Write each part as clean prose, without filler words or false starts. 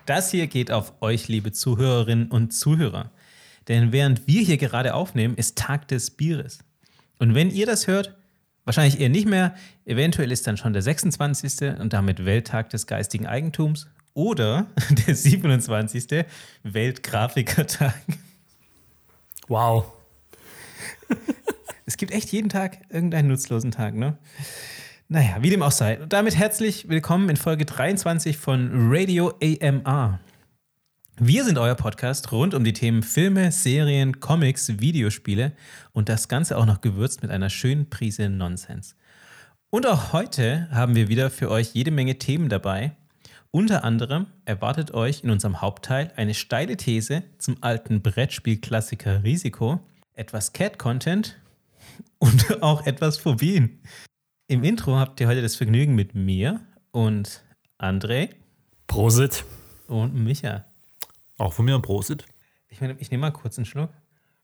Das hier geht auf euch, liebe Zuhörerinnen und Zuhörer. Denn während wir hier gerade aufnehmen, ist Tag des Bieres. Und wenn ihr das hört, wahrscheinlich eher nicht mehr, eventuell ist dann schon der 26. und damit Welttag des geistigen Eigentums oder der 27. Weltgrafikertag. Wow. Es gibt echt jeden Tag irgendeinen nutzlosen Tag, ne? Naja, wie dem auch sei. Und damit herzlich willkommen in Folge 23 von Radio AMR. Wir sind euer Podcast rund um die Themen Filme, Serien, Comics, Videospiele und das Ganze auch noch gewürzt mit einer schönen Prise Nonsens. Und auch heute haben wir wieder für euch jede Menge Themen dabei. Unter anderem erwartet euch in unserem Hauptteil eine steile These zum alten Brettspielklassiker Risiko, etwas Cat-Content und auch etwas Phobien. Im Intro habt ihr heute das Vergnügen mit mir und André. Prosit. Und Micha. Auch von mir ein Prosit. Ich nehme mal kurz einen Schluck.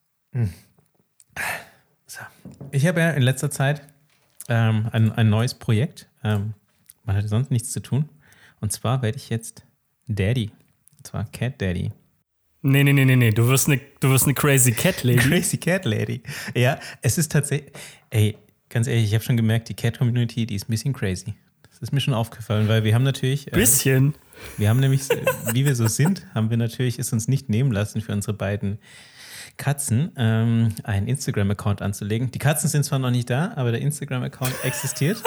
So. Ich habe ja in letzter Zeit ein neues Projekt. Man hatte sonst nichts zu tun. Und zwar werde ich jetzt Daddy. Und zwar Cat Daddy. Nee. Du wirst eine Crazy Cat Lady. Crazy Cat Lady. Ja, es ist tatsächlich. Ey, ganz ehrlich, ich habe schon gemerkt, die Cat-Community, die ist ein bisschen crazy. Das ist mir schon aufgefallen, weil wir haben natürlich. Bisschen. Wir haben nämlich, wie wir so sind, ist uns nicht nehmen lassen, für unsere beiden Katzen einen Instagram-Account anzulegen. Die Katzen sind zwar noch nicht da, aber der Instagram-Account existiert.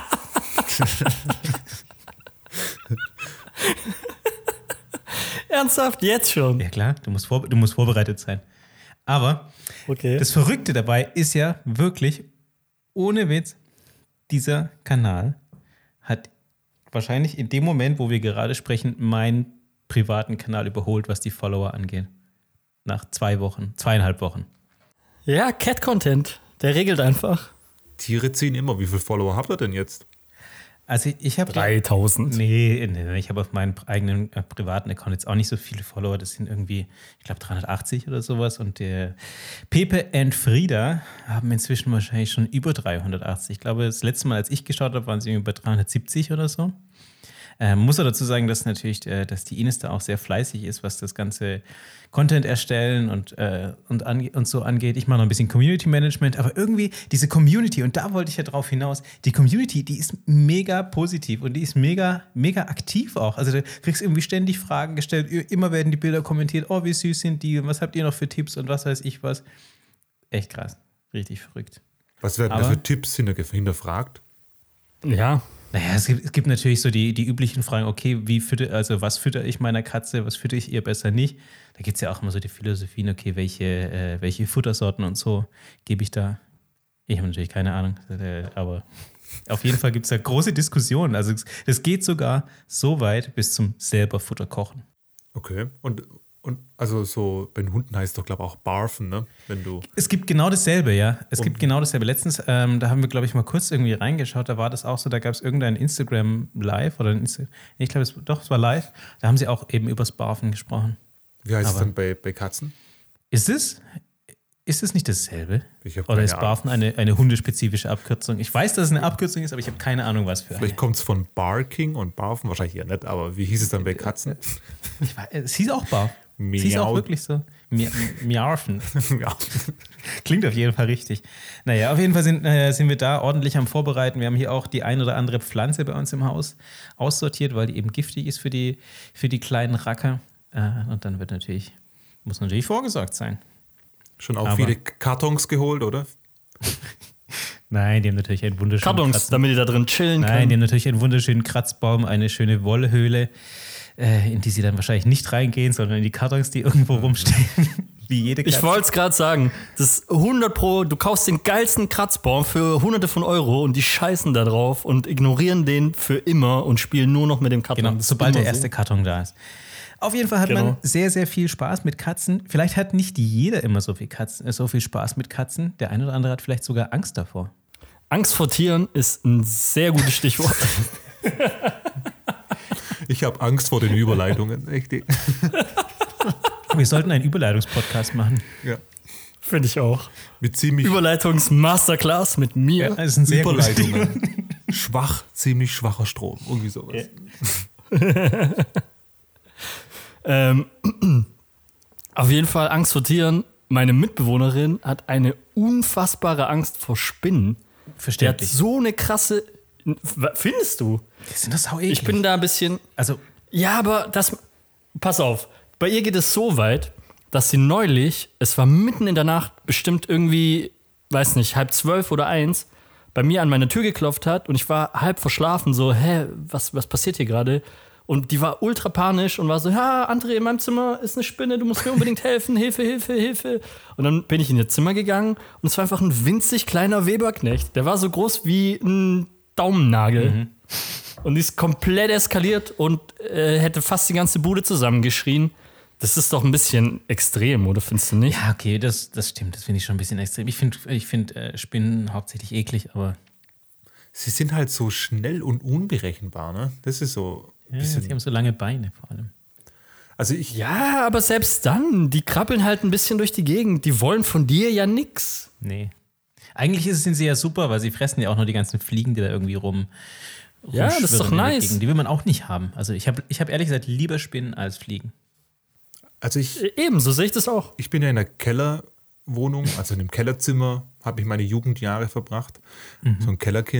Ernsthaft? Jetzt schon? Ja klar, du musst vorbereitet sein. Aber Das Verrückte dabei ist ja wirklich, ohne Witz, dieser Kanal hat wahrscheinlich in dem Moment, wo wir gerade sprechen, meinen privaten Kanal überholt, was die Follower angeht. Nach 2,5 Wochen. Ja, Cat-Content. Der regelt einfach. Tiere ziehen immer. Wie viele Follower habt ihr denn jetzt? Also ich habe 3000. Nee, ich habe auf meinem eigenen privaten Account jetzt auch nicht so viele Follower. Das sind irgendwie, ich glaube, 380 oder sowas. Und der Pepe und Frieda haben inzwischen wahrscheinlich schon über 380. Ich glaube, das letzte Mal, als ich geschaut habe, waren sie irgendwie bei 370 oder so. Muss auch dazu sagen, dass natürlich, dass die Ines da auch sehr fleißig ist, was das ganze Content erstellen und so angeht. Ich mache noch ein bisschen Community Management, aber irgendwie diese Community, und da wollte ich ja drauf hinaus, die Community, die ist mega positiv und die ist mega, mega aktiv auch. Also du kriegst irgendwie ständig Fragen gestellt, immer werden die Bilder kommentiert, oh, wie süß sind die und was habt ihr noch für Tipps und was weiß ich was. Echt krass, richtig verrückt. Was werden da für Tipps hinterfragt? Ja. Naja, es gibt natürlich so die üblichen Fragen, okay, was fütter ich meiner Katze, was fütter ich ihr besser nicht? Da gibt es ja auch immer so die Philosophien, okay, welche Futtersorten und so gebe ich da? Ich habe natürlich keine Ahnung, aber auf jeden Fall gibt es da große Diskussionen. Also es geht sogar so weit bis zum selber Futter kochen. Okay, und also so, bei den Hunden heißt es doch, glaube ich, auch barfen, ne? Es gibt genau dasselbe, ja. Gibt genau dasselbe. Letztens, da haben wir, glaube ich, mal kurz irgendwie reingeschaut, da war das auch so, da gab es irgendein Instagram Live oder ich glaube, es war live. Da haben sie auch eben übers Barfen gesprochen. Wie heißt es dann bei Katzen? Ist es nicht dasselbe? Oder ist Barfen eine hundespezifische Abkürzung? Ich weiß, dass es eine Abkürzung ist, aber ich habe keine Ahnung, was für eine. Vielleicht kommt es von Barking und Barfen, wahrscheinlich eher nicht, aber wie hieß es dann bei Katzen? Es hieß auch Barf. Es hieß auch wirklich so. Miarfen. Klingt auf jeden Fall richtig. Naja, auf jeden Fall sind wir da ordentlich am Vorbereiten. Wir haben hier auch die ein oder andere Pflanze bei uns im Haus aussortiert, weil die eben giftig ist für die kleinen Racker. Und dann muss natürlich vorgesorgt sein. Schon auch viele Kartons geholt, oder? Nein, die haben natürlich einen wunderschönen Kartons, damit die da drin chillen können. Nein, die haben natürlich einen wunderschönen Kratzbaum, eine schöne Wollhöhle, in die sie dann wahrscheinlich nicht reingehen, sondern in die Kartons, die irgendwo rumstehen. Wie jede Katze. Ich wollte es gerade sagen, das ist 100 Pro, du kaufst den geilsten Kratzbaum für Hunderte von Euro und die scheißen da drauf und ignorieren den für immer und spielen nur noch mit dem Karton. Genau, sobald der erste Karton da ist. Auf jeden Fall hat man sehr, sehr viel Spaß mit Katzen. Vielleicht hat nicht jeder immer so viel Spaß mit Katzen. Der eine oder andere hat vielleicht sogar Angst davor. Angst vor Tieren ist ein sehr gutes Stichwort. Ich habe Angst vor den Überleitungen. Echt. Wir sollten einen Überleitungspodcast machen. Ja. Finde ich auch. Mit ziemlich Überleitungs-Masterclass mit mir. Ja, das ist ein sehr Überleitungen. Ziemlich schwacher Strom. Irgendwie sowas. Ja. Auf jeden Fall Angst vor Tieren. Meine Mitbewohnerin hat eine unfassbare Angst vor Spinnen. Die hat Verständlich. so eine krasse... Findest du? Die sind das sau eklig. Ich bin da ein bisschen... Also, Ja, aber das... Pass auf. Bei ihr geht es so weit, dass sie neulich, es war mitten in der Nacht, bestimmt irgendwie, weiß nicht, 11:30 oder 1, bei mir an meine Tür geklopft hat und ich war halb verschlafen, so, was passiert hier gerade? Und die war ultra panisch und war so, ja, André, in meinem Zimmer ist eine Spinne, du musst mir unbedingt helfen, Hilfe, Hilfe, Hilfe. Und dann bin ich in ihr Zimmer gegangen und es war einfach ein winzig kleiner Weberknecht. Der war so groß wie ein Daumennagel. Und die ist komplett eskaliert und hätte fast die ganze Bude zusammengeschrien. Das ist doch ein bisschen extrem, oder findest du nicht? ja, okay, das stimmt. Das finde ich schon ein bisschen extrem. Ich find, Spinnen hauptsächlich eklig, aber Sie sind halt so schnell und unberechenbar, ne? Das ist so ein ja, sie bisschen. haben so lange Beine vor allem. Also ich, Ja, aber selbst dann, die krabbeln halt ein bisschen durch die Gegend. Die wollen von dir ja nix. Nee. Eigentlich sind sie ja super, weil sie fressen ja auch nur die ganzen Fliegen, die da irgendwie Ja, das ist doch rumschwirren in der nice. Gegend. Die will man auch nicht haben. Also ich hab ehrlich gesagt lieber Spinnen als Fliegen. also ich, Ebenso sehe ich das auch. ich bin ja in einer Kellerwohnung, also in einem Kellerzimmer, habe ich meine Jugendjahre verbracht. So ein Kellerkind.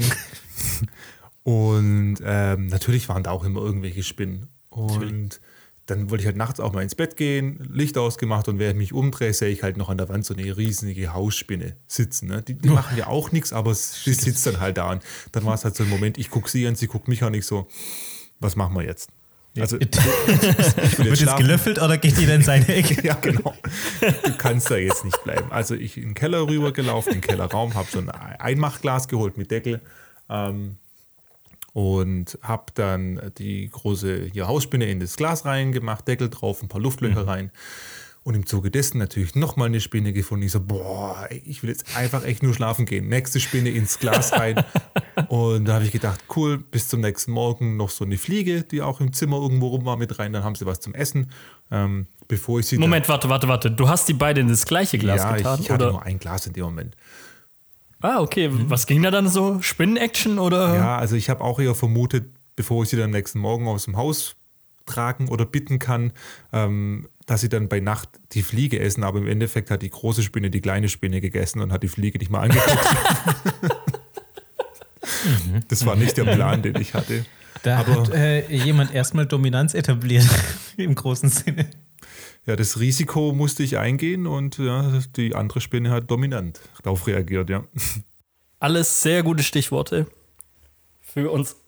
Und natürlich waren da auch immer irgendwelche Spinnen. Und dann wollte ich halt nachts auch mal ins Bett gehen, Licht ausgemacht und während ich mich umdrehe, sehe ich halt noch an der Wand so eine riesige Hausspinne sitzen. Ne? Die machen ja auch nichts, aber sie sitzt dann halt da. Und dann war es halt so ein Moment, ich gucke sie an, sie guckt mich an, ich so, was machen wir jetzt? Also ich will Wird jetzt schlafen. gelöffelt oder geht jeder in seine Ecke? Ja, genau. Du kannst da jetzt nicht bleiben. Also ich in den Keller rübergelaufen, in den Kellerraum, habe so ein Einmachglas geholt mit Deckel und habe dann die große Hausspinne in das Glas reingemacht, Deckel drauf, ein paar Luftlöcher rein. Und im Zuge dessen natürlich nochmal eine Spinne gefunden. Ich so, boah, ey, ich will jetzt einfach echt nur schlafen gehen. Nächste Spinne ins Glas rein. Und da habe ich gedacht, cool, bis zum nächsten Morgen noch so eine Fliege, die auch im Zimmer irgendwo rum war, mit rein. Dann haben sie was zum Essen. Bevor ich sie Moment, warte. Du hast die beide in das gleiche Glas ja, getan? ich hatte oder? nur ein Glas in dem Moment. Ah, okay. Was ging da dann so? Spinnen-Action oder? Ja, also ich habe auch eher vermutet, bevor ich sie dann am nächsten Morgen aus dem Haus tragen oder bitten kann, dass sie dann bei Nacht die Fliege essen. Aber im Endeffekt hat die große Spinne die kleine Spinne gegessen und hat die Fliege nicht mal angeguckt. Das war nicht der Plan, den ich hatte. Da Aber- hat jemand erstmal Dominanz etabliert, im großen Sinne. Ja, das Risiko musste ich eingehen und ja, die andere Spinne hat dominant darauf reagiert, ja. Alles sehr gute Stichworte für uns.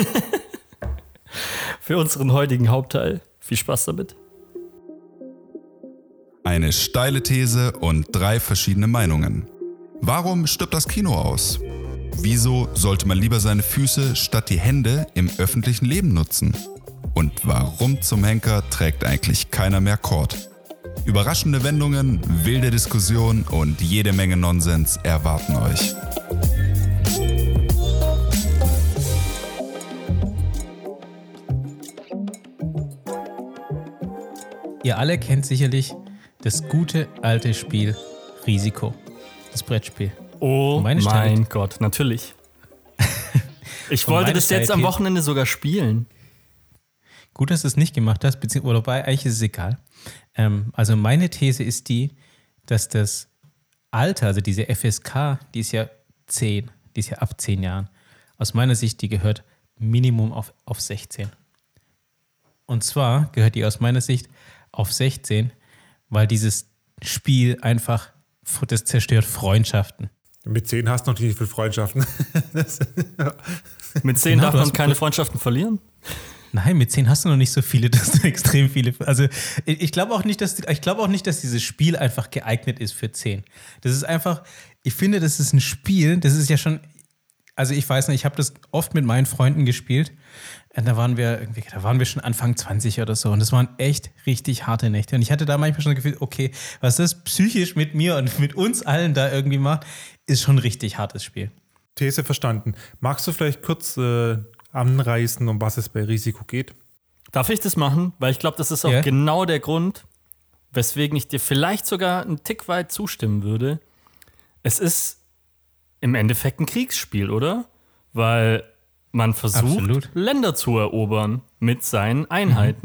Für unseren heutigen Hauptteil. Viel Spaß damit. Eine steile These und 3 verschiedene Meinungen. Warum stirbt das Kino aus? Wieso sollte man lieber seine Füße statt die Hände im öffentlichen Leben nutzen? Und warum zum Henker trägt eigentlich keiner mehr Kord? Überraschende Wendungen, wilde Diskussionen und jede Menge Nonsens erwarten euch. Ihr alle kennt sicherlich das gute alte Spiel Risiko. Das Brettspiel. Oh Meine mein Stelle- Gott, natürlich. Ich Und wollte meine das jetzt am Stelle- Wochenende sogar spielen. Gut, dass du es nicht gemacht hast, beziehungsweise wobei, eigentlich ist es egal. Also meine These ist die, dass das Alter, also diese FSK, die ist ja 10, die ist ja ab 10 Jahren. Aus meiner Sicht, die gehört Minimum auf 16. Und zwar gehört die aus meiner Sicht auf 16, weil dieses Spiel einfach, das zerstört Freundschaften. Mit 10 hast du noch nicht viel Freundschaften. Mit 10 Genau, darf du man hast- keine Freundschaften verlieren. Nein, mit 10 hast du noch nicht so viele, dass du extrem viele. Also ich glaube auch nicht, dass dieses Spiel einfach geeignet ist für 10. Das ist einfach, ich finde, das ist ein Spiel, das ist ja schon, also ich weiß nicht, ich habe das oft mit meinen Freunden gespielt. Da waren wir schon Anfang 20 oder so und das waren echt richtig harte Nächte. Und ich hatte da manchmal schon das Gefühl, okay, was das psychisch mit mir und mit uns allen da irgendwie macht, ist schon ein richtig hartes Spiel. These verstanden. Magst du vielleicht kurz anreißen, um was es bei Risiko geht? Darf ich das machen? Weil ich glaube, das ist auch Ja. genau der Grund, weswegen ich dir vielleicht sogar einen Tick weit zustimmen würde. Es ist im Endeffekt ein Kriegsspiel, oder? Weil man versucht, Absolut. Länder zu erobern mit seinen Einheiten.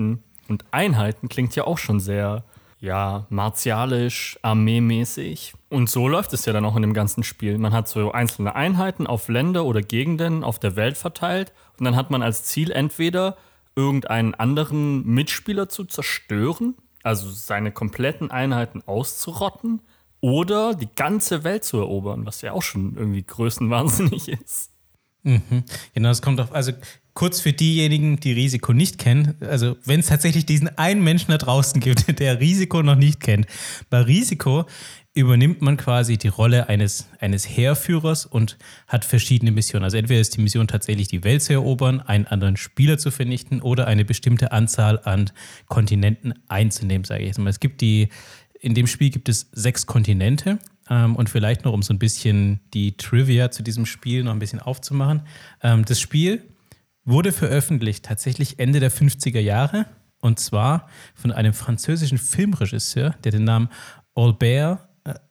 Und Einheiten klingt ja auch schon sehr, ja, martialisch, armeemäßig. Und so läuft es ja dann auch in dem ganzen Spiel. Man hat so einzelne Einheiten auf Länder oder Gegenden auf der Welt verteilt. Und dann hat man als Ziel entweder irgendeinen anderen Mitspieler zu zerstören, also seine kompletten Einheiten auszurotten, oder die ganze Welt zu erobern, was ja auch schon irgendwie größenwahnsinnig ist. Mhm. Genau, es kommt auf, also kurz für diejenigen, die Risiko nicht kennen, also wenn es tatsächlich diesen einen Menschen da draußen gibt, der Risiko noch nicht kennt, bei Risiko übernimmt man quasi die Rolle eines Heerführers und hat verschiedene Missionen. Also entweder ist die Mission tatsächlich die Welt zu erobern, einen anderen Spieler zu vernichten oder eine bestimmte Anzahl an Kontinenten einzunehmen, sage ich jetzt mal. In dem Spiel gibt es 6 Kontinente. Und vielleicht noch, um so ein bisschen die Trivia zu diesem Spiel noch ein bisschen aufzumachen. Das Spiel wurde veröffentlicht tatsächlich Ende der 50er Jahre. Und zwar von einem französischen Filmregisseur, der den Namen Albert,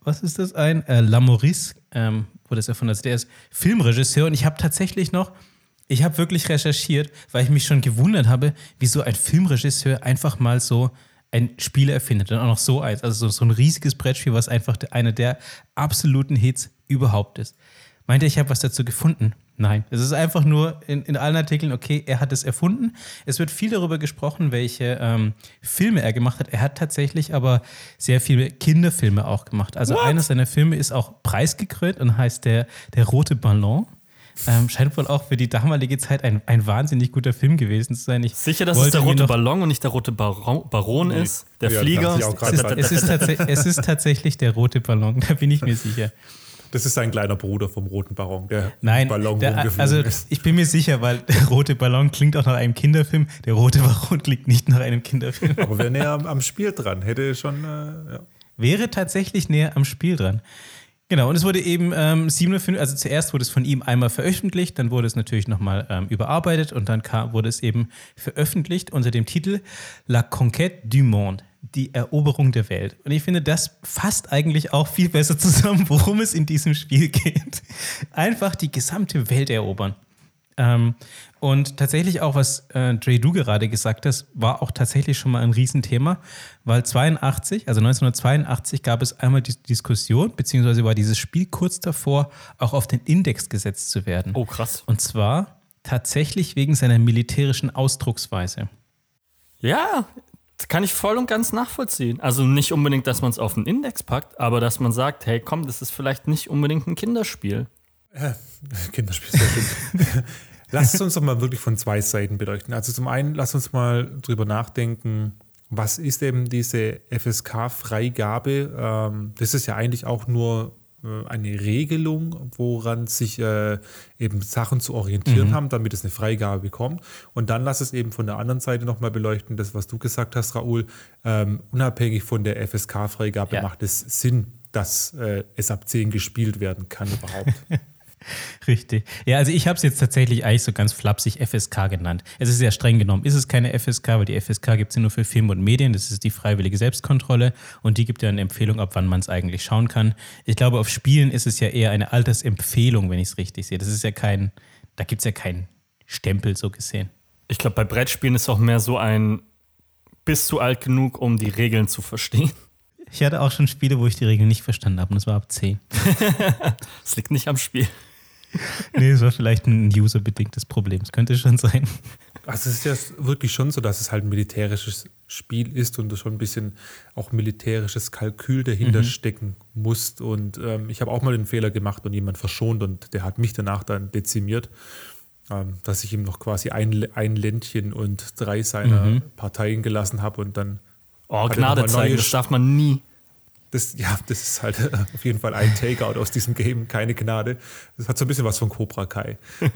Lamouris, wurde es erfunden. Also der ist Filmregisseur. Und ich habe wirklich recherchiert, weil ich mich schon gewundert habe, wieso ein Filmregisseur einfach mal so ein Spiel erfindet und auch noch so eins, also so ein riesiges Brettspiel, was einfach einer der absoluten Hits überhaupt ist. Meint ihr, ich habe was dazu gefunden? Nein. Es ist einfach nur in allen Artikeln, okay, er hat es erfunden. Es wird viel darüber gesprochen, welche Filme er gemacht hat. Er hat tatsächlich aber sehr viele Kinderfilme auch gemacht. Also einer seiner Filme ist auch preisgekrönt und heißt der Rote Ballon. Scheint wohl auch für die damalige Zeit ein wahnsinnig guter Film gewesen zu sein. Sicher, dass es der rote Ballon und nicht der rote Baron ist? Der Flieger? Es ist tatsächlich der rote Ballon, da bin ich mir sicher. Das ist ein kleiner Bruder vom roten Baron, der Nein, Ballon also ist. Ich bin mir sicher, weil der rote Ballon klingt auch nach einem Kinderfilm, der rote Baron klingt nicht nach einem Kinderfilm. Aber wäre näher am Spiel dran, hätte schon, ja. Wäre tatsächlich näher am Spiel dran. Genau, und es wurde eben 57, also zuerst wurde es von ihm einmal veröffentlicht, dann wurde es natürlich nochmal überarbeitet und dann wurde es eben veröffentlicht unter dem Titel La Conquête du Monde, die Eroberung der Welt. Und ich finde, das fasst eigentlich auch viel besser zusammen, worum es in diesem Spiel geht. Einfach die gesamte Welt erobern. Und tatsächlich auch, was Dre, du gerade gesagt hast, war auch tatsächlich schon mal ein Riesenthema, weil 1982 gab es einmal die Diskussion, beziehungsweise war dieses Spiel kurz davor, auch auf den Index gesetzt zu werden. Oh, krass. Und zwar tatsächlich wegen seiner militärischen Ausdrucksweise. Ja, das kann ich voll und ganz nachvollziehen. Also nicht unbedingt, dass man es auf den Index packt, aber dass man sagt, hey, komm, das ist vielleicht nicht unbedingt ein Kinderspiel. Kinderspiel, sehr schön. Lasst uns doch mal wirklich von 2 Seiten beleuchten. Also zum einen, lasst uns mal drüber nachdenken, was ist eben diese FSK-Freigabe? Das ist ja eigentlich auch nur eine Regelung, woran sich eben Sachen zu orientieren haben, damit es eine Freigabe bekommt. Und dann lass es eben von der anderen Seite nochmal beleuchten, das, was du gesagt hast, Raoul, unabhängig von der FSK-Freigabe macht es Sinn, dass es ab 10 gespielt werden kann überhaupt. Richtig. Ja, also ich habe es jetzt tatsächlich eigentlich so ganz flapsig FSK genannt. Es ist ja streng genommen, ist es keine FSK, weil die FSK gibt es ja nur für Film und Medien. Das ist die freiwillige Selbstkontrolle und die gibt ja eine Empfehlung, ab wann man es eigentlich schauen kann. Ich glaube, auf Spielen ist es ja eher eine Altersempfehlung, wenn ich es richtig sehe. Das ist ja da gibt es ja keinen Stempel so gesehen. Ich glaube, bei Brettspielen ist auch mehr so ein, bist du alt genug, um die Regeln zu verstehen? Ich hatte auch schon Spiele, wo ich die Regeln nicht verstanden habe und das war ab 10. Das liegt nicht am Spiel. Nee, es war vielleicht ein userbedingtes Problem. Das könnte schon sein. Also es ist ja wirklich schon so, dass es halt ein militärisches Spiel ist und schon ein bisschen auch militärisches Kalkül dahinter stecken muss. Und ich habe auch mal den Fehler gemacht und jemand verschont und der hat mich danach dann dezimiert, dass ich ihm noch quasi ein Ländchen und 3 seiner Parteien gelassen habe und dann Gnade zeigen, das darf man nie. Das ist halt auf jeden Fall ein Takeout aus diesem Game, keine Gnade. Das hat so ein bisschen was von Cobra Kai.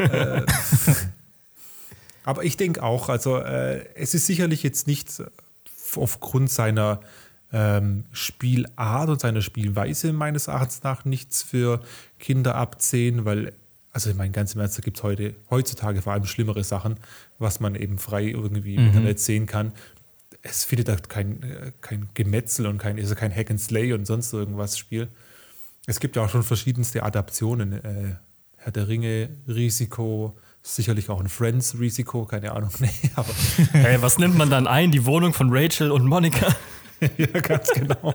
Aber ich denke auch, also es ist sicherlich jetzt nicht aufgrund seiner Spielart und seiner Spielweise meines Erachtens nach nichts für Kinder ab 10, weil, also ich meine, ganz im Ernst, da gibt es heutzutage vor allem schlimmere Sachen, was man eben frei irgendwie im Internet sehen kann. Es findet da kein Gemetzel und kein Hack and Slay und sonst irgendwas Spiel. Es gibt ja auch schon verschiedenste Adaptionen. Herr der Ringe, Risiko, Sicherlich auch ein Friends-Risiko, keine Ahnung. Nee, aber Hey, was nimmt man dann ein? Die Wohnung von Rachel und Monica? ja, ganz genau.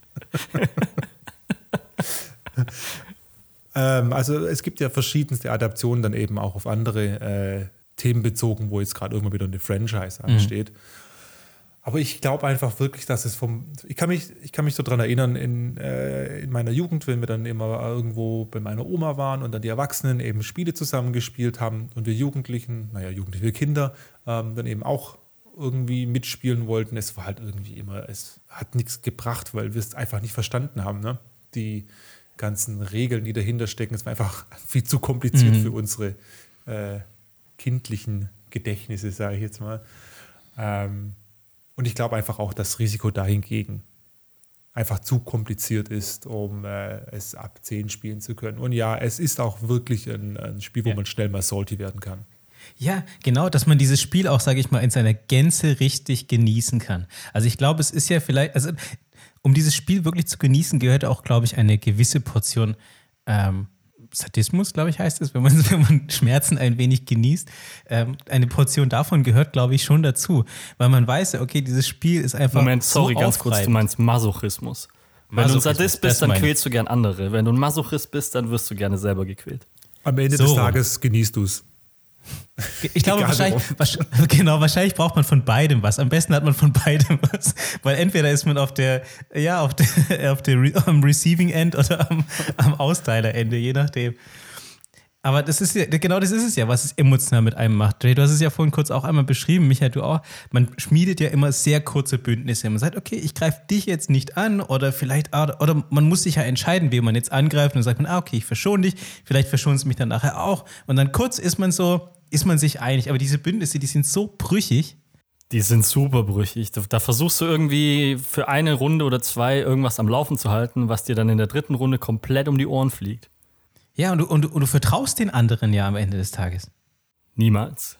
Also es gibt ja verschiedenste Adaptionen dann eben auch auf andere Themen bezogen, wo jetzt gerade irgendwann wieder eine Franchise ansteht. Aber ich glaube einfach wirklich, dass es ich kann mich so dran erinnern, in meiner Jugend, wenn wir dann immer irgendwo bei meiner Oma waren und dann die Erwachsenen eben Spiele zusammengespielt haben und wir wir Kinder, dann eben auch irgendwie mitspielen wollten. Es war halt irgendwie immer, es hat nichts gebracht, weil wir es einfach nicht verstanden haben, ne? Die ganzen Regeln, die dahinter stecken, es war einfach viel zu kompliziert für unsere kindlichen Gedächtnisse, sage ich jetzt mal. Und ich glaube einfach auch, dass das Risiko dahingegen einfach zu kompliziert ist, um es ab 10 spielen zu können. Und ja, es ist auch wirklich ein Spiel, wo man schnell mal salty werden kann. Ja, genau, dass man dieses Spiel auch, sage ich mal, in seiner Gänze richtig genießen kann. Also ich glaube, es ist ja vielleicht, also um dieses Spiel wirklich zu genießen, gehört auch, glaube ich, eine gewisse Portion Sadismus, glaube ich, heißt es, wenn man Schmerzen ein wenig genießt. Eine Portion davon gehört, glaube ich, schon dazu. Weil man weiß ja, okay, dieses Spiel ist einfach Moment, sorry, so ganz kurz, du meinst Masochismus. Wenn du ein Sadist bist, dann quälst du gern andere. Wenn du ein Masochist bist, dann wirst du gerne selber gequält. Am Ende des Tages genießt du es. Ich glaube, wahrscheinlich braucht man von beidem was. Am besten hat man von beidem was. Weil entweder ist man auf der am Receiving End oder am Austeiler-Ende, je nachdem. Aber das ist es ja, was es emotional mit einem macht. Jay, du hast es ja vorhin kurz auch einmal beschrieben, Michael, du auch. Man schmiedet ja immer sehr kurze Bündnisse. Man sagt, okay, ich greife dich jetzt nicht an oder man muss sich ja entscheiden, wen man jetzt angreift. Und dann sagt man, okay, ich verschone dich, vielleicht verschonst du mich dann nachher auch. Und dann kurz ist man sich einig. Aber diese Bündnisse, die sind so brüchig. Die sind super brüchig. Da versuchst du irgendwie für eine Runde oder 2 irgendwas am Laufen zu halten, was dir dann in der 3. Runde komplett um die Ohren fliegt. Ja, und du vertraust den anderen ja am Ende des Tages. Niemals.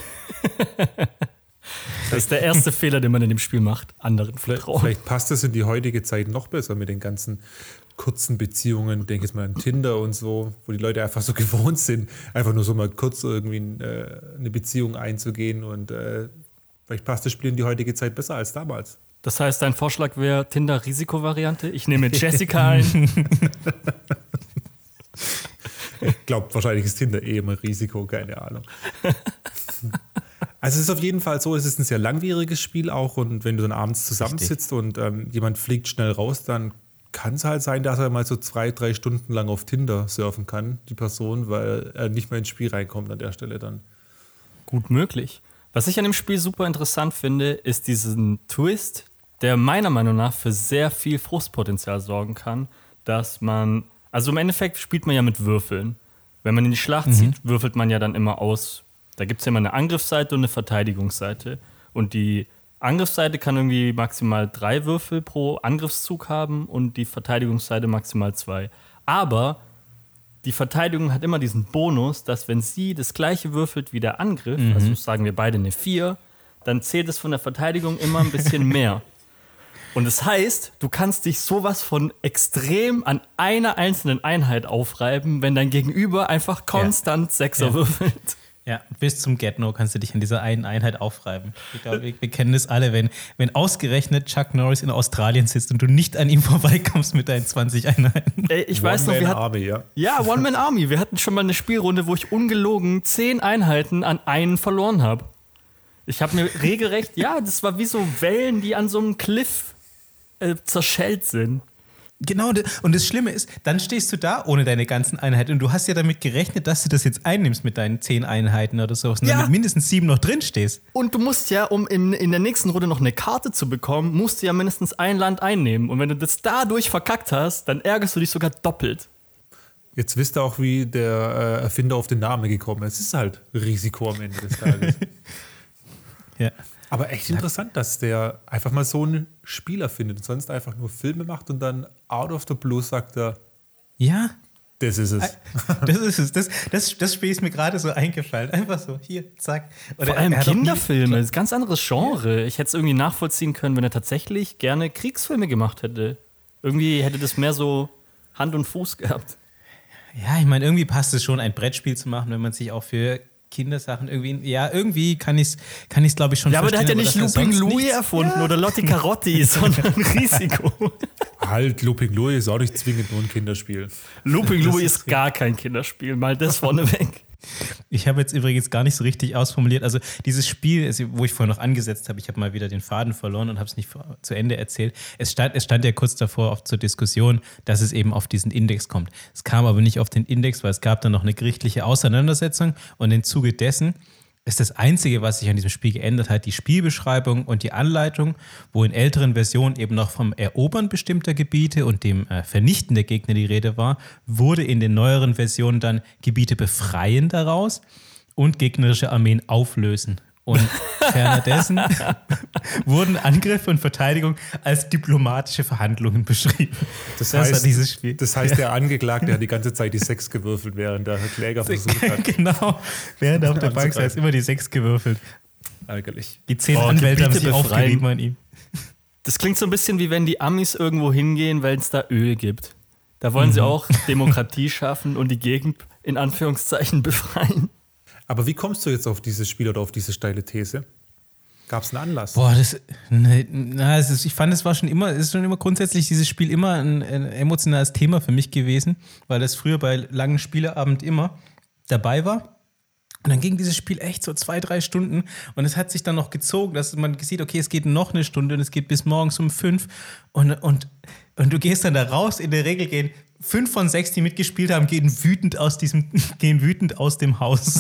Das ist der erste Fehler, den man in dem Spiel macht. Anderen vertrauen. Vielleicht passt das in die heutige Zeit noch besser mit den ganzen kurzen Beziehungen. Ich denke jetzt mal an Tinder und so, wo die Leute einfach so gewohnt sind, einfach nur so mal kurz irgendwie eine Beziehung einzugehen. Und vielleicht passt das Spiel in die heutige Zeit besser als damals. Das heißt, dein Vorschlag wäre Tinder-Risiko-Variante? Ich nehme Jessica ein. Ich glaube, wahrscheinlich ist Tinder immer ein Risiko, keine Ahnung. Also es ist auf jeden Fall so, es ist ein sehr langwieriges Spiel auch und wenn du dann abends zusammensitzt und jemand fliegt schnell raus, dann kann es halt sein, dass er mal so 2-3 Stunden lang auf Tinder surfen kann, die Person, weil er nicht mehr ins Spiel reinkommt an der Stelle dann. Gut möglich. Was ich an dem Spiel super interessant finde, ist diesen Twist, der meiner Meinung nach für sehr viel Frustpotenzial sorgen kann, dass man, also im Endeffekt spielt man ja mit Würfeln. Wenn man in die Schlacht zieht, würfelt man ja dann immer aus. Da gibt es ja immer eine Angriffsseite und eine Verteidigungsseite. Und die Angriffsseite kann irgendwie maximal 3 Würfel pro Angriffszug haben und die Verteidigungsseite maximal 2. Aber die Verteidigung hat immer diesen Bonus, dass wenn sie das gleiche würfelt wie der Angriff, also sagen wir beide eine 4, dann zählt es von der Verteidigung immer ein bisschen mehr. Und das heißt, du kannst dich sowas von extrem an einer einzelnen Einheit aufreiben, wenn dein Gegenüber einfach konstant Sechser würfelt. Ja, bis zum Get-No kannst du dich an dieser einen Einheit aufreiben. Ich glaube, wir kennen das alle, wenn ausgerechnet Chuck Norris in Australien sitzt und du nicht an ihm vorbeikommst mit deinen 20 Einheiten. Ey, ich weiß noch, One-Man-Army. Wir hatten schon mal eine Spielrunde, wo ich ungelogen 10 Einheiten an einen verloren habe. Ich habe mir regelrecht, das war wie so Wellen, die an so einem Cliff zerschellt sind. Genau, und das Schlimme ist, dann stehst du da ohne deine ganzen Einheiten und du hast ja damit gerechnet, dass du das jetzt einnimmst mit deinen 10 Einheiten oder so, und dann mit mindestens 7 noch drin stehst. Und du musst ja, um in der nächsten Runde noch eine Karte zu bekommen, musst du ja mindestens ein Land einnehmen. Und wenn du das dadurch verkackt hast, dann ärgerst du dich sogar doppelt. Jetzt wisst ihr auch, wie der Erfinder auf den Namen gekommen ist. Es ist halt Risiko am Ende des Tages. Ja. Aber echt interessant, dass der einfach mal so einen Spieler findet und sonst einfach nur Filme macht und dann out of the blue sagt er, ja, das ist es. Das ist es. Das Spiel ist mir gerade so eingefallen. Einfach so, hier, zack. Oder vor allem Kinderfilme, das ist ein ganz anderes Genre. Ich hätte es irgendwie nachvollziehen können, wenn er tatsächlich gerne Kriegsfilme gemacht hätte. Irgendwie hätte das mehr so Hand und Fuß gehabt. Ja, ich meine, irgendwie passt es schon, ein Brettspiel zu machen, wenn man sich auch für Kindersachen irgendwie. Ja, irgendwie kann ich es glaube ich schon Ja, aber der hat ja verstehen, nicht dass er Looping sonst Louis nichts- erfunden oder Lotti Carotti, sondern Risiko. Halt, Looping Louis ist auch nicht zwingend nur ein Kinderspiel. Looping Louis ist gar kein Kinderspiel, mal das vorneweg. Ich habe jetzt übrigens gar nicht so richtig ausformuliert. Also dieses Spiel, wo ich vorhin noch angesetzt habe, ich habe mal wieder den Faden verloren und habe es nicht zu Ende erzählt. Es stand ja kurz davor oft zur Diskussion, dass es eben auf diesen Index kommt. Es kam aber nicht auf den Index, weil es gab dann noch eine gerichtliche Auseinandersetzung und im Zuge dessen ist das Einzige, was sich an diesem Spiel geändert hat, die Spielbeschreibung und die Anleitung, wo in älteren Versionen eben noch vom Erobern bestimmter Gebiete und dem Vernichten der Gegner die Rede war, wurde in den neueren Versionen dann Gebiete befreien daraus und gegnerische Armeen auflösen. Und ferner dessen wurden Angriff und Verteidigung als diplomatische Verhandlungen beschrieben. Das war heißt, dieses Spiel. Das heißt, der Angeklagte hat die ganze Zeit die 6 gewürfelt, während der Kläger versucht hat. Genau, während er auf der Bank saß, immer die 6 gewürfelt. Ärgerlich. Die 10 Boah, Anwälte haben Gebiete sich befreien. aufgerieben an ihm. Das klingt so ein bisschen wie wenn die Amis irgendwo hingehen, weil es da Öl gibt. Da wollen sie auch Demokratie schaffen und die Gegend in Anführungszeichen befreien. Aber wie kommst du jetzt auf dieses Spiel oder auf diese steile These? Gab es einen Anlass? Boah, ich fand, es ist schon immer grundsätzlich dieses Spiel immer ein emotionales Thema für mich gewesen, weil das früher bei langen Spieleabend immer dabei war. Und dann ging dieses Spiel echt so 2-3 Stunden und es hat sich dann noch gezogen, dass man sieht, okay, es geht noch eine Stunde und es geht bis morgens um 5 und du gehst dann da raus, in der Regel gehen 5 von 6, die mitgespielt haben, gehen wütend aus dem Haus.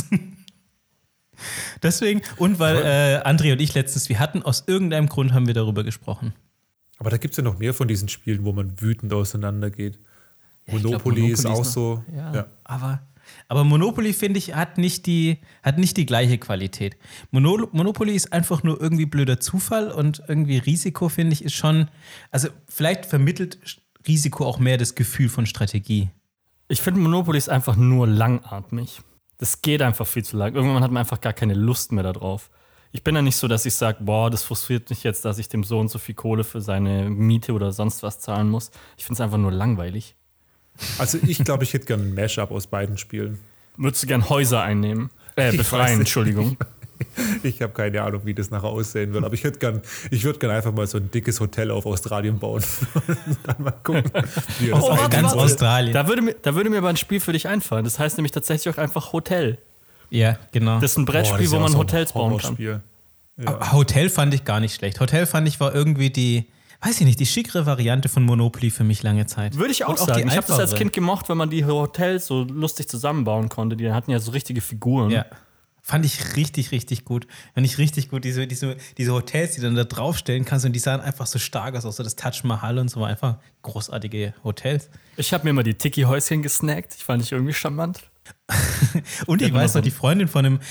Deswegen, und weil André und ich letztens, aus irgendeinem Grund haben wir darüber gesprochen. Aber da gibt es ja noch mehr von diesen Spielen, wo man wütend auseinandergeht. Ja, ich Monopoly, glaub, ist auch noch- so. Ja. Aber Monopoly, finde ich, hat nicht die gleiche Qualität. Monopoly ist einfach nur irgendwie blöder Zufall und irgendwie Risiko, finde ich, ist schon, also vielleicht vermittelt Risiko auch mehr das Gefühl von Strategie. Ich finde, Monopoly ist einfach nur langatmig. Das geht einfach viel zu lang. Irgendwann hat man einfach gar keine Lust mehr darauf. Ich bin ja nicht so, dass ich sage, boah, das frustriert mich jetzt, dass ich dem so und so viel Kohle für seine Miete oder sonst was zahlen muss. Ich finde es einfach nur langweilig. Also ich glaube, ich hätte gerne ein Mashup aus beiden Spielen. Würdest du gern Häuser einnehmen? Ich weiß Befreien, nicht. Entschuldigung. Ich habe keine Ahnung, wie das nachher aussehen wird. Aber ich würde gern einfach mal so ein dickes Hotel auf Australien bauen. Und dann mal gucken, wie das warte, Ganz warte. Australien. Da würde mir aber ein Spiel für dich einfallen. Das heißt nämlich tatsächlich auch einfach Hotel. Ja, genau. Das ist ein Brettspiel, wo man Hotels bauen kann. Horrorspiel. Aber Hotel fand ich gar nicht schlecht. Hotel fand ich war irgendwie die schickere Variante von Monopoly für mich lange Zeit. Würde ich auch Und sagen. die Ich habe das als einfachere. Kind gemocht, wenn man die Hotels so lustig zusammenbauen konnte. Die hatten ja so richtige Figuren. Ja. Fand ich richtig, richtig gut. Fand ich richtig gut. Diese Hotels, die du dann da draufstellen kannst und die sahen einfach so stark aus. Auch so das Taj Mahal und so, war einfach großartige Hotels. Ich habe mir mal die Tiki-Häuschen gesnackt. Ich fand ich irgendwie charmant. Und ich weiß noch, die Freundin von einem,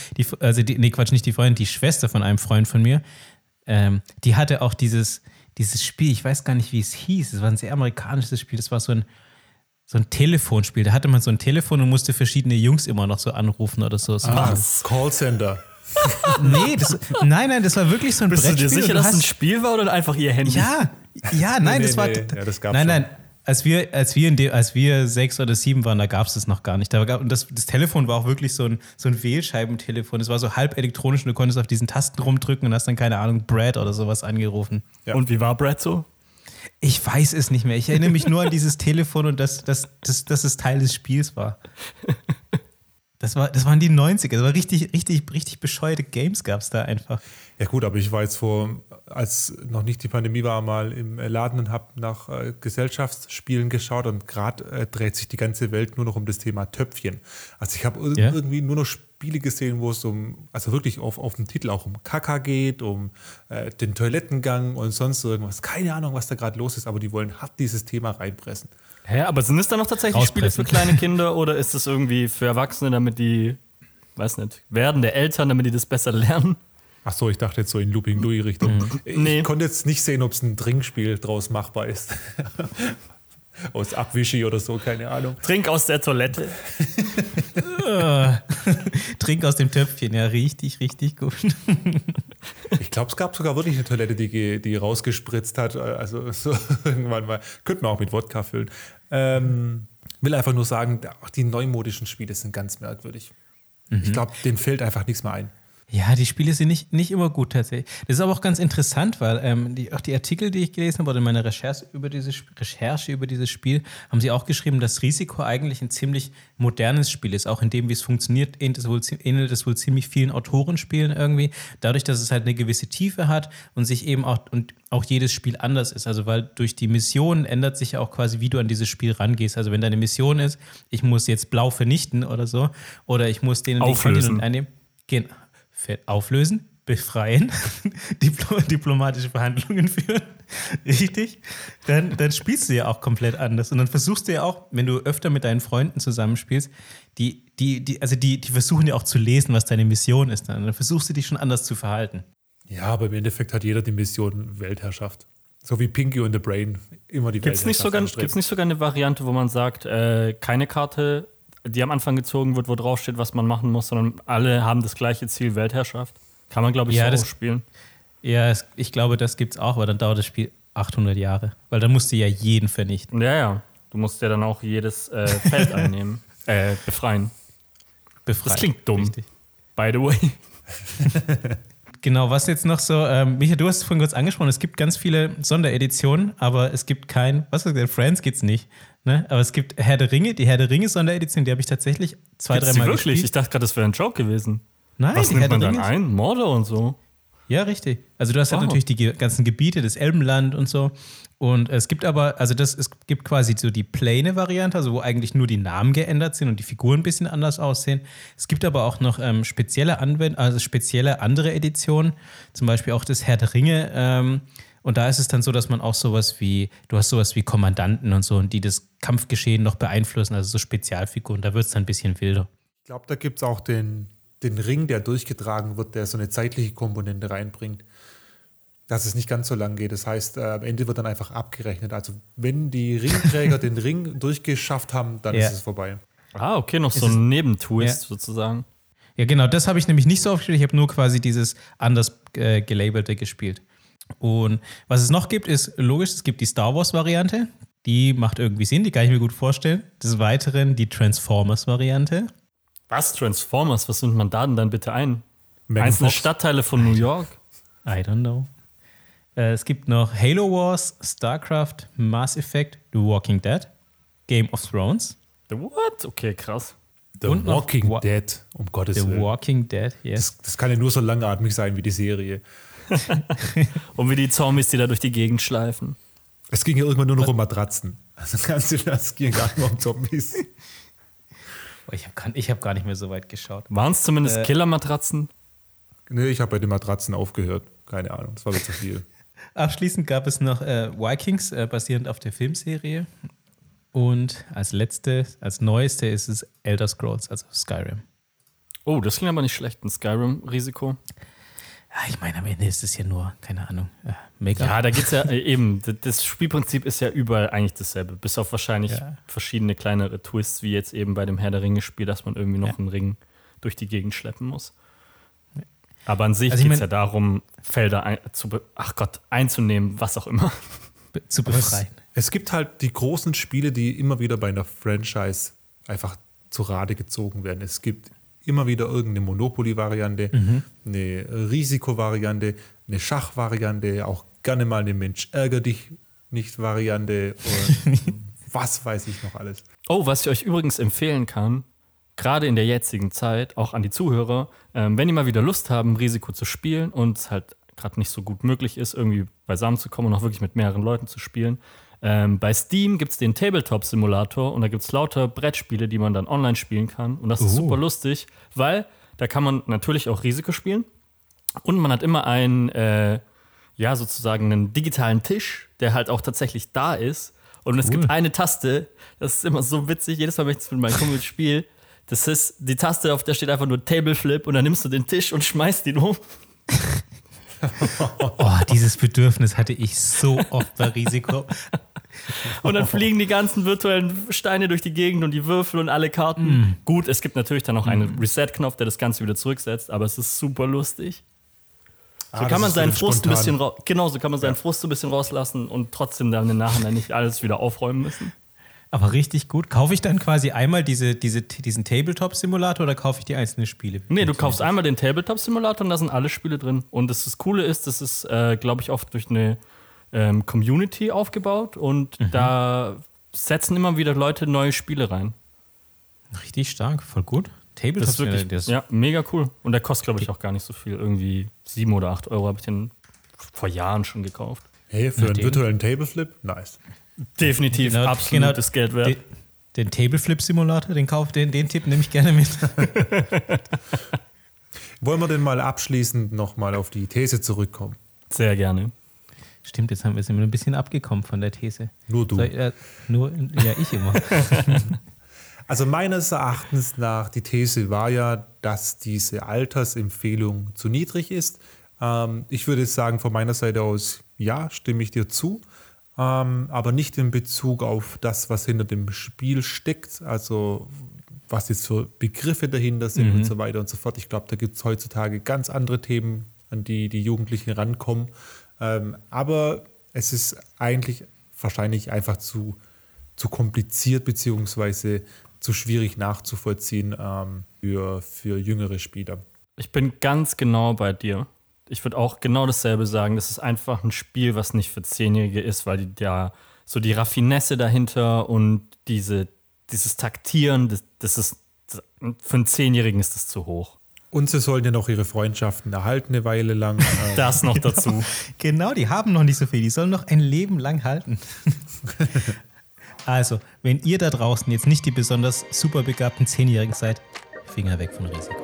die Schwester von einem Freund von mir, die hatte auch dieses Spiel, ich weiß gar nicht, wie es hieß. Es war ein sehr amerikanisches Spiel. Das war so ein Telefonspiel. Da hatte man so ein Telefon und musste verschiedene Jungs immer noch so anrufen oder so. Was? Callcenter. Nee, nein, das war wirklich so ein Bist du Brettspiel. dir sicher, und dass es ein Spiel war oder einfach ihr Handy? Ja, nein, Nee, das war. nee, ja, das gab's nein. Als wir 6 oder 7 waren, da gab es das noch gar nicht. Und das Telefon war auch wirklich so ein Wählscheibentelefon. Es war so halb elektronisch und du konntest auf diesen Tasten rumdrücken und hast dann, keine Ahnung, Brad oder sowas angerufen. Ja. Und wie war Brad so? Ich weiß es nicht mehr. Ich erinnere mich nur an dieses Telefon und dass es Teil des Spiels war. Das waren die 90er. Das war richtig bescheuerte Games gab es da einfach. Ja gut, aber ich war jetzt als noch nicht die Pandemie war, mal im Laden und habe nach Gesellschaftsspielen geschaut und gerade dreht sich die ganze Welt nur noch um das Thema Töpfchen. Also ich habe irgendwie nur noch Spiele gesehen, wo es also wirklich auf dem Titel auch um Kaka geht, um den Toilettengang und sonst irgendwas. Keine Ahnung, was da gerade los ist, aber die wollen hart dieses Thema reinpressen. Hä, aber sind es dann noch tatsächlich Spiele für kleine Kinder oder ist es irgendwie für Erwachsene, damit die, weiß nicht, werdende Eltern, damit die das besser lernen? Ach so, ich dachte jetzt so in Looping Louis-Richtung. Nee. Ich konnte jetzt nicht sehen, ob es ein Trinkspiel draus machbar ist. Aus Abwischi oder so, keine Ahnung. Trink aus der Toilette. Trink aus dem Töpfchen, ja, richtig gut. Ich glaube, es gab sogar wirklich eine Toilette, die rausgespritzt hat. Also so irgendwann mal. Könnte man auch mit Wodka füllen. Will einfach nur sagen, auch die neumodischen Spiele sind ganz merkwürdig. Ich glaube, denen fällt einfach nichts mehr ein. Ja, die Spiele sind nicht immer gut tatsächlich. Das ist aber auch ganz interessant, weil auch die Artikel, die ich gelesen habe, oder in meiner Recherche über dieses Spiel, haben sie auch geschrieben, dass Risiko eigentlich ein ziemlich modernes Spiel ist, auch in dem, wie es funktioniert, ähnelt es wohl ziemlich vielen Autorenspielen irgendwie, dadurch, dass es halt eine gewisse Tiefe hat und sich eben auch jedes Spiel anders ist. Also weil durch die Mission ändert sich ja auch quasi, wie du an dieses Spiel rangehst. Also wenn deine Mission ist, ich muss jetzt Blau vernichten oder so, oder ich muss den Auflösen. einnehmen. Auflösen, befreien, diplomatische Verhandlungen führen, richtig, dann spielst du ja auch komplett anders. Und dann versuchst du ja auch, wenn du öfter mit deinen Freunden zusammenspielst, die versuchen ja auch zu lesen, was deine Mission ist. Dann versuchst du dich schon anders zu verhalten. Ja, aber im Endeffekt hat jeder die Mission Weltherrschaft. So wie Pinky und the Brain immer die Gibt's nicht sogar eine Variante, wo man sagt, keine Karte, die am Anfang gezogen wird, wo drauf steht, was man machen muss, sondern alle haben das gleiche Ziel, Weltherrschaft? Kann man, glaube ich, so auch spielen. Ja, ich glaube, das gibt's auch, aber dann dauert das Spiel 800 Jahre. Weil dann musst du ja jeden vernichten. Ja. Du musst ja dann auch jedes Feld einnehmen. Befreien. Das klingt dumm. Richtig. By the way. Genau, was jetzt noch so, Micha, du hast es vorhin kurz angesprochen, es gibt ganz viele Sondereditionen, aber es gibt was hast du gesagt, Friends gibt's nicht, ne? Aber es gibt Herr der Ringe, die Herr der Ringe Sonderedition, die habe ich tatsächlich 2-3 Mal wirklich? Ich dachte gerade, das wäre ein Joke gewesen. Nein, was nimmt man dann ein? Morde und so? Ja, richtig. Also du hast halt natürlich die ganzen Gebiete, das Elbenland und so. Und es gibt aber, es gibt quasi so die plane Variante, also wo eigentlich nur die Namen geändert sind und die Figuren ein bisschen anders aussehen. Es gibt aber auch noch spezielle andere Editionen, zum Beispiel auch das Herr der Ringe. Und da ist es dann so, dass man auch du hast sowas wie Kommandanten und so, und die das Kampfgeschehen noch beeinflussen, also so Spezialfiguren. Da wird es dann ein bisschen wilder. Ich glaube, da gibt es auch den Ring, der durchgetragen wird, der so eine zeitliche Komponente reinbringt, dass es nicht ganz so lang geht. Das heißt, am Ende wird dann einfach abgerechnet. Also wenn die Ringträger den Ring durchgeschafft haben, dann ist es vorbei. Ah, okay, noch so ein Nebentwist sozusagen. Ja, genau, das habe ich nämlich nicht so aufgespielt. Ich habe nur quasi dieses anders gelabelte gespielt. Und was es noch gibt, ist logisch, es gibt die Star Wars-Variante. Die macht irgendwie Sinn, die kann ich mir gut vorstellen. Des Weiteren die Transformers-Variante. Was? Transformers? Was nimmt man da denn dann bitte ein? Einzelne Stadtteile von New York? I don't know. Es gibt noch Halo Wars, StarCraft, Mass Effect, The Walking Dead, Game of Thrones. The what? Okay, krass. The Walking Dead, um Gottes Willen. The Walking Dead, yes. Das kann ja nur so langatmig sein wie die Serie. Und wie die Zombies, die da durch die Gegend schleifen. Es ging ja irgendwann nur noch um Matratzen. Also das ging gar nicht mehr um Zombies. Ich hab gar nicht mehr so weit geschaut. Waren es zumindest Killer-Matratzen? Nee, ich habe bei den Matratzen aufgehört. Keine Ahnung, das war mir zu viel. Abschließend gab es noch Vikings, basierend auf der Filmserie. Und als neueste ist es Elder Scrolls, also Skyrim. Oh, das klingt aber nicht schlecht, ein Skyrim-Risiko. Ja, ich meine, am Ende ist es ja nur, keine Ahnung, mega. Ja, da geht's ja eben, das Spielprinzip ist ja überall eigentlich dasselbe, bis auf wahrscheinlich verschiedene kleinere Twists, wie jetzt eben bei dem Herr der Ringe-Spiel, dass man irgendwie noch einen Ring durch die Gegend schleppen muss. Aber an sich geht es ja darum, Felder einzunehmen, was auch immer. Zu befreien. Es gibt halt die großen Spiele, die immer wieder bei einer Franchise einfach zu Rate gezogen werden. Es gibt immer wieder irgendeine Monopoly-Variante, eine Risikovariante, eine Schachvariante, auch gerne mal eine Mensch-ärger-dich-nicht-Variante und was weiß ich noch alles. Oh, was ich euch übrigens empfehlen kann, gerade in der jetzigen Zeit, auch an die Zuhörer, wenn die mal wieder Lust haben, Risiko zu spielen und es halt gerade nicht so gut möglich ist, irgendwie beisammen zu kommen und auch wirklich mit mehreren Leuten zu spielen. Bei Steam gibt es den Tabletop-Simulator und da gibt es lauter Brettspiele, die man dann online spielen kann. Und das ist super lustig, weil da kann man natürlich auch Risiko spielen und man hat immer sozusagen einen digitalen Tisch, der halt auch tatsächlich da ist. Und es gibt eine Taste, das ist immer so witzig, jedes Mal, wenn ich das mit meinem Kumpel spiele, das ist die Taste, auf der steht einfach nur Table Flip und dann nimmst du den Tisch und schmeißt ihn um. Oh, dieses Bedürfnis hatte ich so oft bei Risiko. Und dann fliegen die ganzen virtuellen Steine durch die Gegend und die Würfel und alle Karten. Gut, es gibt natürlich dann noch einen Reset-Knopf, der das Ganze wieder zurücksetzt, aber es ist super lustig. So kann man seinen Frust ein bisschen Frust ein bisschen rauslassen und trotzdem dann im Nachhinein nicht alles wieder aufräumen müssen. Aber richtig gut. Kaufe ich dann quasi einmal diesen Tabletop-Simulator oder kaufe ich die einzelnen Spiele? Nee, du kaufst einmal den Tabletop-Simulator und da sind alle Spiele drin. Und das Coole ist, das ist, glaube ich, oft durch eine Community aufgebaut und da setzen immer wieder Leute neue Spiele rein. Richtig stark, voll gut. Tabletop Das ist wirklich, ja, mega cool. Und der kostet, glaube ich, auch gar nicht so viel. Irgendwie 7 oder 8 Euro habe ich den vor Jahren schon gekauft. Hey, für einen virtuellen Tableflip? Nice. Definitiv absolutes Geld wert. Den Tableflip-Simulator, den Tipp nehme ich gerne mit. Wollen wir denn mal abschließend nochmal auf die These zurückkommen? Sehr gerne. Stimmt, jetzt sind wir ein bisschen abgekommen von der These. Nur du. Ich immer. Also meines Erachtens nach, die These war ja, dass diese Altersempfehlung zu niedrig ist. Ich würde sagen, von meiner Seite aus, ja, stimme ich dir zu. Aber nicht in Bezug auf das, was hinter dem Spiel steckt, also was jetzt für Begriffe dahinter sind und so weiter und so fort. Ich glaube, da gibt es heutzutage ganz andere Themen, an die die Jugendlichen rankommen. Aber es ist eigentlich wahrscheinlich einfach zu kompliziert beziehungsweise zu schwierig nachzuvollziehen für jüngere Spieler. Ich bin ganz genau bei dir. Ich würde auch genau dasselbe sagen. Das ist einfach ein Spiel, was nicht für 10-Jährige ist, weil die Raffinesse dahinter und dieses Taktieren, das ist für einen 10-Jährigen ist das zu hoch. Und sie sollen ja noch ihre Freundschaften erhalten eine Weile lang. Das noch dazu. Genau, die haben noch nicht so viel. Die sollen noch ein Leben lang halten. Also, wenn ihr da draußen jetzt nicht die besonders super begabten 10-Jährigen seid, Finger weg von Risiko.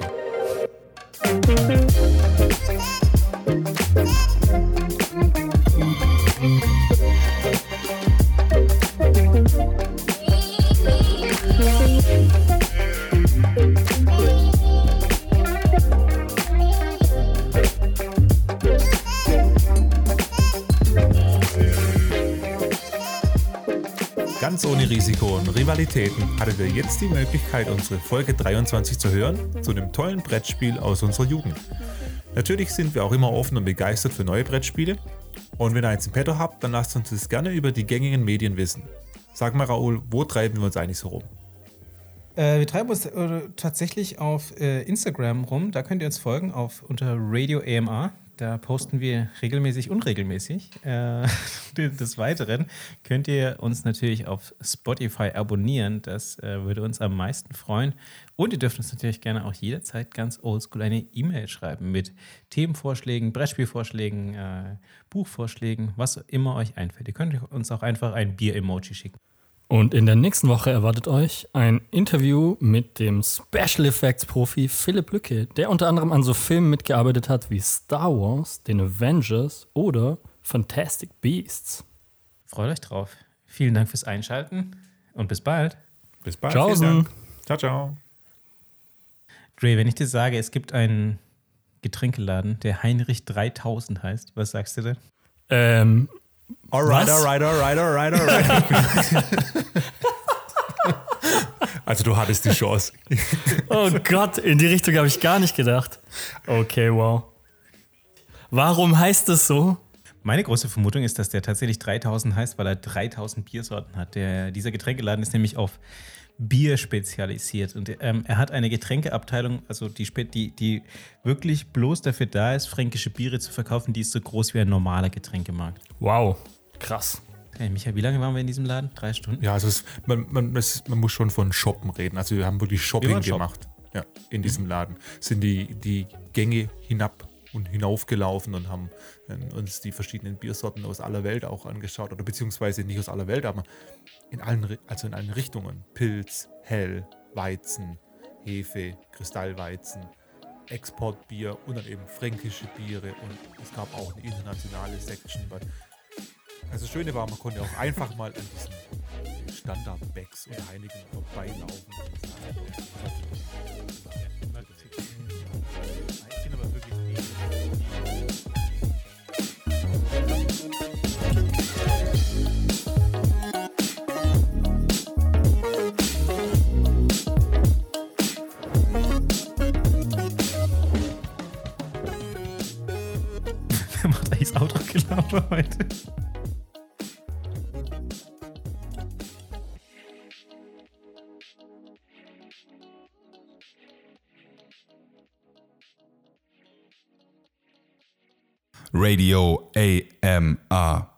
Ganz ohne Risiko und Rivalitäten hattet ihr jetzt die Möglichkeit, unsere Folge 23 zu hören, zu einem tollen Brettspiel aus unserer Jugend. Natürlich sind wir auch immer offen und begeistert für neue Brettspiele. Und wenn ihr eins im Petto habt, dann lasst uns das gerne über die gängigen Medien wissen. Sag mal, Raoul, wo treiben wir uns eigentlich so rum? Wir treiben uns tatsächlich auf Instagram rum. Da könnt ihr uns folgen unter Radio AMR. Da posten wir regelmäßig, unregelmäßig. Des Weiteren könnt ihr uns natürlich auf Spotify abonnieren. Das würde uns am meisten freuen. Und ihr dürft uns natürlich gerne auch jederzeit ganz oldschool eine E-Mail schreiben mit Themenvorschlägen, Brettspielvorschlägen, Buchvorschlägen, was immer euch einfällt. Ihr könnt uns auch einfach ein Bier-Emoji schicken. Und in der nächsten Woche erwartet euch ein Interview mit dem Special Effects Profi Philipp Lücke, der unter anderem an so Filmen mitgearbeitet hat wie Star Wars, den Avengers oder Fantastic Beasts. Freut euch drauf. Vielen Dank fürs Einschalten und bis bald. Bis bald. Tschaußen. Ciao, ciao. Dre, wenn ich dir sage, es gibt einen Getränkeladen, der Heinrich 3000 heißt, was sagst du denn? Alright. Also du hattest die Chance. Oh Gott, in die Richtung habe ich gar nicht gedacht. Okay, wow. Warum heißt es so? Meine große Vermutung ist, dass der tatsächlich 3000 heißt, weil er 3000 Biersorten hat. Dieser Getränkeladen ist nämlich auf Bier spezialisiert. Und er hat eine Getränkeabteilung, also die wirklich bloß dafür da ist, fränkische Biere zu verkaufen, die ist so groß wie ein normaler Getränkemarkt. Wow, krass. Hey, Michael, wie lange waren wir in diesem Laden? 3 Stunden? Ja, also man muss schon von Shoppen reden. Also wir haben wirklich Shopping gemacht. Ja, in diesem Laden. Sind die Gänge hinab und hinaufgelaufen und haben uns die verschiedenen Biersorten aus aller Welt auch angeschaut. Oder beziehungsweise nicht aus aller Welt, aber in allen Richtungen. Pilz, Hell, Weizen, Hefe, Kristallweizen, Exportbier und dann eben fränkische Biere. Und es gab auch eine internationale Section. Also das Schöne war, man konnte auch einfach mal an diesen Standard-Becks und Heineken vorbeilaufen. Ich bin aber wirklich Wer macht eigentlich das Outro-Gelaber heute? Radio AMR.